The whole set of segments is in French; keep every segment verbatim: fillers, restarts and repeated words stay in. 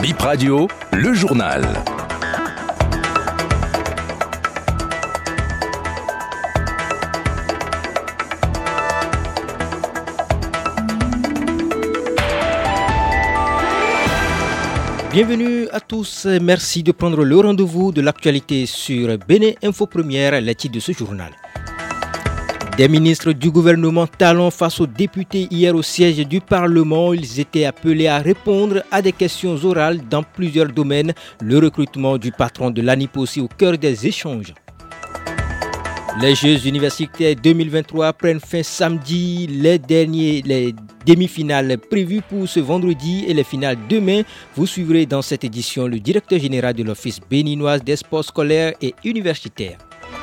Bip Radio, le journal. Bienvenue à tous, merci de prendre le rendez-vous de l'actualité sur Bénin Info Première, les titres de ce journal. Des ministres du gouvernement talon face aux députés hier au siège du Parlement. Ils étaient appelés à répondre à des questions orales dans plusieurs domaines. Le recrutement du patron de l'A N I P aussi au cœur des échanges. Les Jeux universitaires deux mille vingt-trois prennent fin samedi. Les derniers, les demi-finales prévues pour ce vendredi et les finales demain. Vous suivrez dans cette édition le directeur général de l'Office béninois des sports scolaires et universitaires.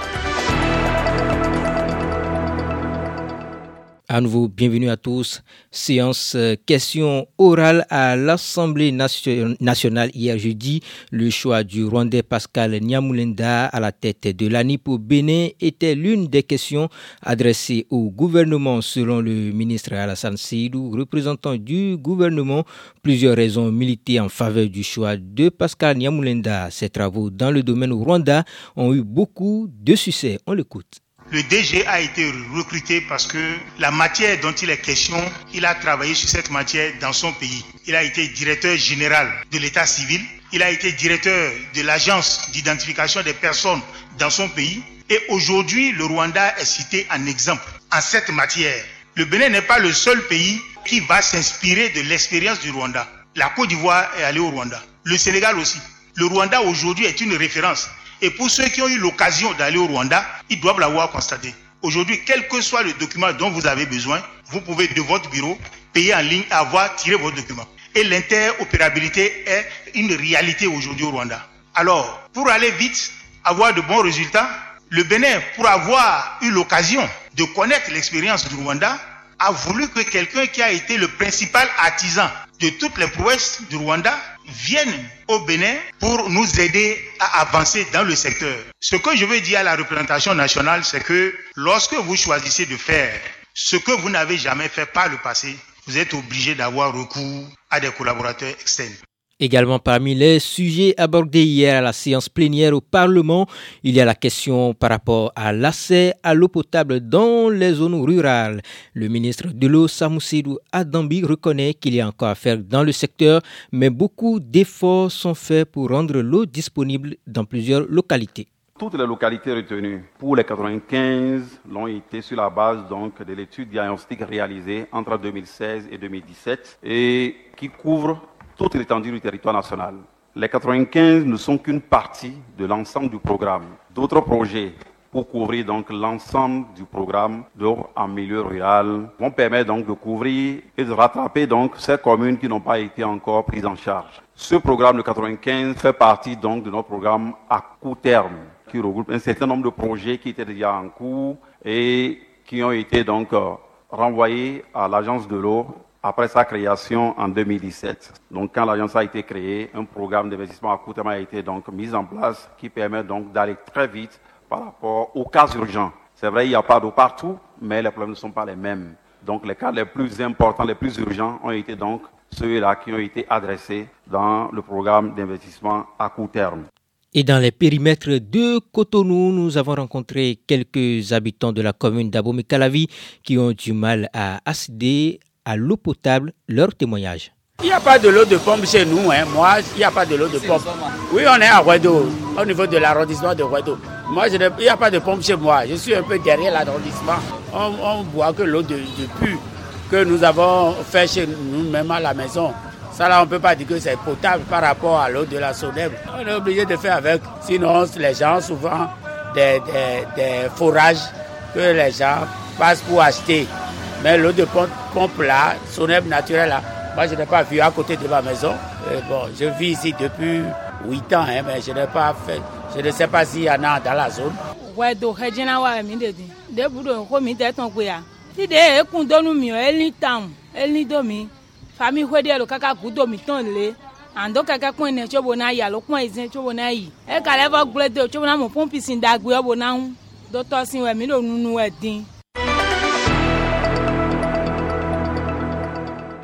À nouveau, bienvenue à tous. Séance euh, question orale à l'Assemblée nation- nationale hier jeudi. Le choix du Rwandais Pascal Nyamulenda à la tête de l'A N I P au Bénin était l'une des questions adressées au gouvernement selon le ministre Alassane Seydou, représentant du gouvernement. Plusieurs raisons militaient en faveur du choix de Pascal Nyamulenda. Ses travaux dans le domaine au Rwanda ont eu beaucoup de succès. On l'écoute. Le D G a été recruté parce que la matière dont il est question, il a travaillé sur cette matière dans son pays. Il a été directeur général de l'état civil, il a été directeur de l'agence d'identification des personnes dans son pays. Et aujourd'hui, le Rwanda est cité en exemple en cette matière. Le Bénin n'est pas le seul pays qui va s'inspirer de l'expérience du Rwanda. La Côte d'Ivoire est allée au Rwanda, le Sénégal aussi. Le Rwanda aujourd'hui est une référence. Et pour ceux qui ont eu l'occasion d'aller au Rwanda, ils doivent l'avoir constaté. Aujourd'hui, quel que soit le document dont vous avez besoin, vous pouvez de votre bureau payer en ligne et avoir tiré votre document. Et l'interopérabilité est une réalité aujourd'hui au Rwanda. Alors, pour aller vite, avoir de bons résultats, le Bénin, pour avoir eu l'occasion de connaître l'expérience du Rwanda, a voulu que quelqu'un qui a été le principal artisan de toutes les prouesses du Rwanda vienne au Bénin pour nous aider à avancer dans le secteur. Ce que je veux dire à la représentation nationale, c'est que lorsque vous choisissez de faire ce que vous n'avez jamais fait par le passé, vous êtes obligé d'avoir recours à des collaborateurs externes. Également parmi les sujets abordés hier à la séance plénière au Parlement, il y a la question par rapport à l'accès à l'eau potable dans les zones rurales. Le ministre de l'eau, Samusidou Adambi, reconnaît qu'il y a encore à faire dans le secteur, mais beaucoup d'efforts sont faits pour rendre l'eau disponible dans plusieurs localités. Toutes les localités retenues pour les quatre-vingt-quinze l'ont été sur la base donc de l'étude diagnostique réalisée entre deux mille seize et deux mille dix-sept et qui couvre toute l'étendue du territoire national. Les quatre-vingt-quinze ne sont qu'une partie de l'ensemble du programme. D'autres projets pour couvrir donc l'ensemble du programme d'eau en milieu rural vont permettre donc de couvrir et de rattraper donc ces communes qui n'ont pas été encore prises en charge. Ce programme de quatre-vingt-quinze fait partie donc de notre programme à court terme qui regroupe un certain nombre de projets qui étaient déjà en cours et qui ont été donc euh, renvoyés à l'agence de l'eau après sa création en deux mille dix-sept. Donc quand l'agence a été créée, un programme d'investissement à court terme a été donc mis en place qui permet donc d'aller très vite par rapport aux cas urgents. C'est vrai, il n'y a pas d'eau partout, mais les problèmes ne sont pas les mêmes. Donc les cas les plus importants, les plus urgents ont été donc ceux-là qui ont été adressés dans le programme d'investissement à court terme. Et dans les périmètres de Cotonou, nous avons rencontré quelques habitants de la commune d'Abomey-Calavi qui ont du mal à accéder à l'eau potable. Leur témoignage. Il n'y a pas de l'eau de pompe chez nous, hein. Moi, il n'y a pas de l'eau de pompe. Oui, on est à Ouedo, au niveau de l'arrondissement de Ouedo. Moi, je il n'y a pas de pompe chez moi. Je suis un peu derrière l'arrondissement. On ne boit que l'eau de, de pu que nous avons fait chez nous-mêmes à la maison. Ça là, on ne peut pas dire que c'est potable par rapport à l'eau de la Soneb. On est obligé de faire avec. Sinon, les gens, souvent, des, des, des forages que les gens passent pour acheter. Mais l'eau de pompe, pompe là, Soneb naturelle là, moi je n'ai pas vu à côté de ma maison. Et bon, je vis ici depuis huit ans, hein, mais je n'ai pas fait, je ne sais pas s'il y en a dans la zone. Ouais, donc je n'ai pas mis de de boulot, comme il est en couille. Si des qu'on donne mieux, elle n'y tend, elle n'y dormi. Famille ouais de le caca coup dormi tant le. Ando caca coin ne chobona ya, le coin is chobona yi. Et qu'elle va gouler de chobona mon pompe sin d'agoué bona. Docteur sin ouais, mais nous nous est dit.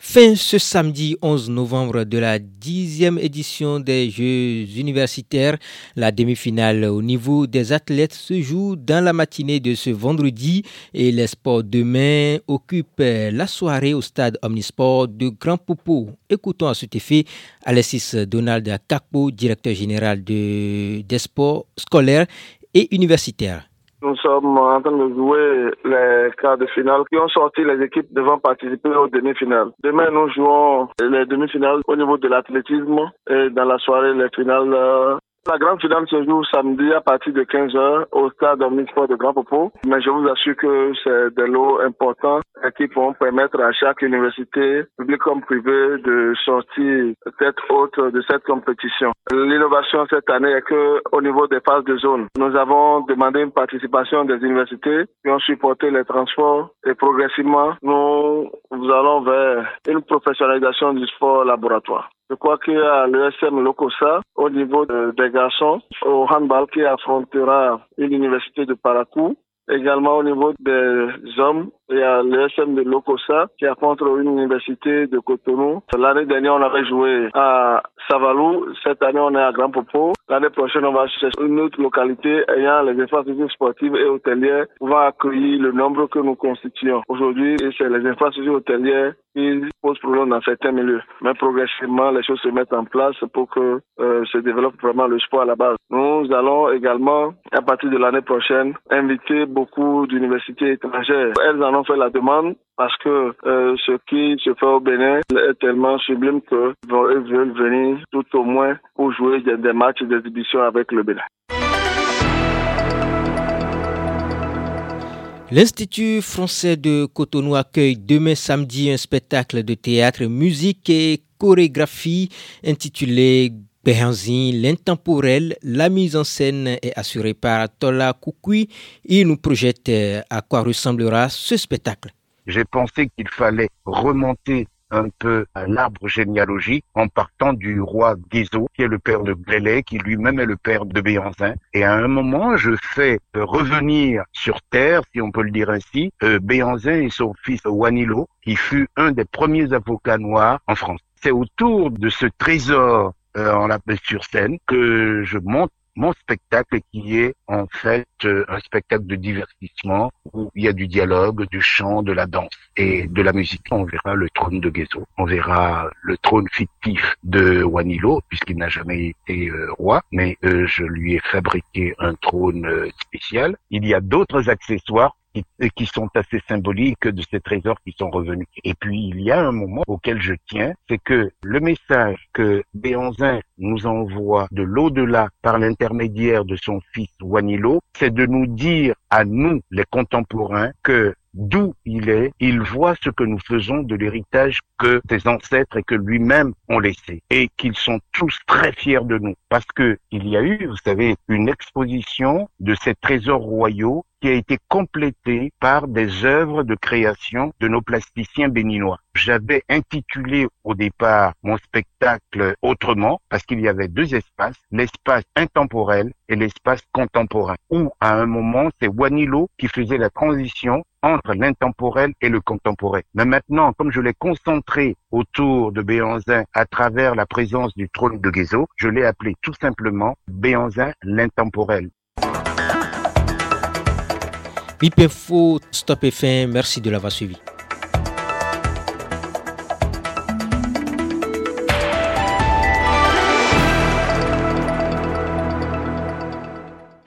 Fin ce samedi onze novembre de la dixième édition des Jeux universitaires. La demi-finale au niveau des athlètes se joue dans la matinée de ce vendredi et les sports demain occupent la soirée au stade Omnisport de Grand Popo. Écoutons à cet effet Alexis Donald Kakpo, directeur général de, des sports scolaires et universitaires. Nous sommes en train de jouer les quarts de finale qui ont sorti les équipes devant participer aux demi-finales. Demain, nous jouons les demi-finales au niveau de l'athlétisme et dans la soirée, les finales. La grande finale se joue samedi à partir de quinze heures au stade Omnisport de Grand Popo. Mais je vous assure que c'est des lots importants qui vont permettre à chaque université, publique comme privée, de sortir tête haute de cette compétition. L'innovation cette année est que au niveau des phases de zone, nous avons demandé une participation des universités qui ont supporté les transports et progressivement, nous, nous allons vers une professionnalisation du sport laboratoire. Je crois qu'il y a l'E S M Lokossa au niveau de, des garçons, au handball qui affrontera une université de Parakou. Également au niveau des hommes, il y a l'E S M de Lokossa qui affronte une université de Cotonou. L'année dernière, on avait joué à Savalou. Cette année, on est à Grand Popo. L'année prochaine, on va chercher une autre localité ayant les infrastructures sportives et hôtelières pouvant accueillir le nombre que nous constituons. Aujourd'hui, c'est les infrastructures hôtelières qui posent problème dans certains milieux. Mais progressivement, les choses se mettent en place pour que euh, se développe vraiment le sport à la base. Nous allons également, à partir de l'année prochaine, inviter beaucoup d'universités étrangères. Elles en ont fait la demande parce que euh, ce qui se fait au Bénin est tellement sublime qu'elles veulent venir tout au moins pour jouer des, des matchs d'exhibition avec le Bénin. L'Institut français de Cotonou accueille demain samedi un spectacle de théâtre, musique et chorégraphie intitulé Béhanzin, l'intemporel. La mise en scène est assurée par Tola Koukoui. Il nous projette à quoi ressemblera ce spectacle. J'ai pensé qu'il fallait remonter un peu à l'arbre généalogique en partant du roi Guézo, qui est le père de Glélé, qui lui-même est le père de Béhanzin. Et à un moment, je fais revenir sur terre, si on peut le dire ainsi, euh, Béhanzin et son fils Wanilo, qui fut un des premiers avocats noirs en France. C'est autour de ce trésor euh, en la sur scène que je monte mon spectacle qui est en fait euh, un spectacle de divertissement où il y a du dialogue, du chant, de la danse et de la musique. On verra le trône de Guézo, on verra le trône fictif de Wanilo puisqu'il n'a jamais été euh, roi, mais euh, je lui ai fabriqué un trône euh, spécial. Il y a d'autres accessoires qui, qui sont assez symboliques de ces trésors qui sont revenus. Et puis, il y a un moment auquel je tiens, c'est que le message que Béhanzin nous envoie de l'au-delà par l'intermédiaire de son fils Wanilo, c'est de nous dire à nous, les contemporains, que d'où il est, il voit ce que nous faisons de l'héritage que ses ancêtres et que lui-même ont laissé. Et qu'ils sont tous très fiers de nous. Parce que il y a eu, vous savez, une exposition de ces trésors royaux qui a été complétée par des œuvres de création de nos plasticiens béninois. J'avais intitulé au départ mon spectacle autrement, parce qu'il y avait deux espaces, l'espace intemporel et l'espace contemporain, où à un moment c'est Wanilo qui faisait la transition entre l'intemporel et le contemporain. Mais maintenant, comme je l'ai concentré autour de Béhanzin à travers la présence du trône de Guézo, je l'ai appelé tout simplement Béhanzin l'intemporel. Bip Info, Stop F M, merci de l'avoir suivi.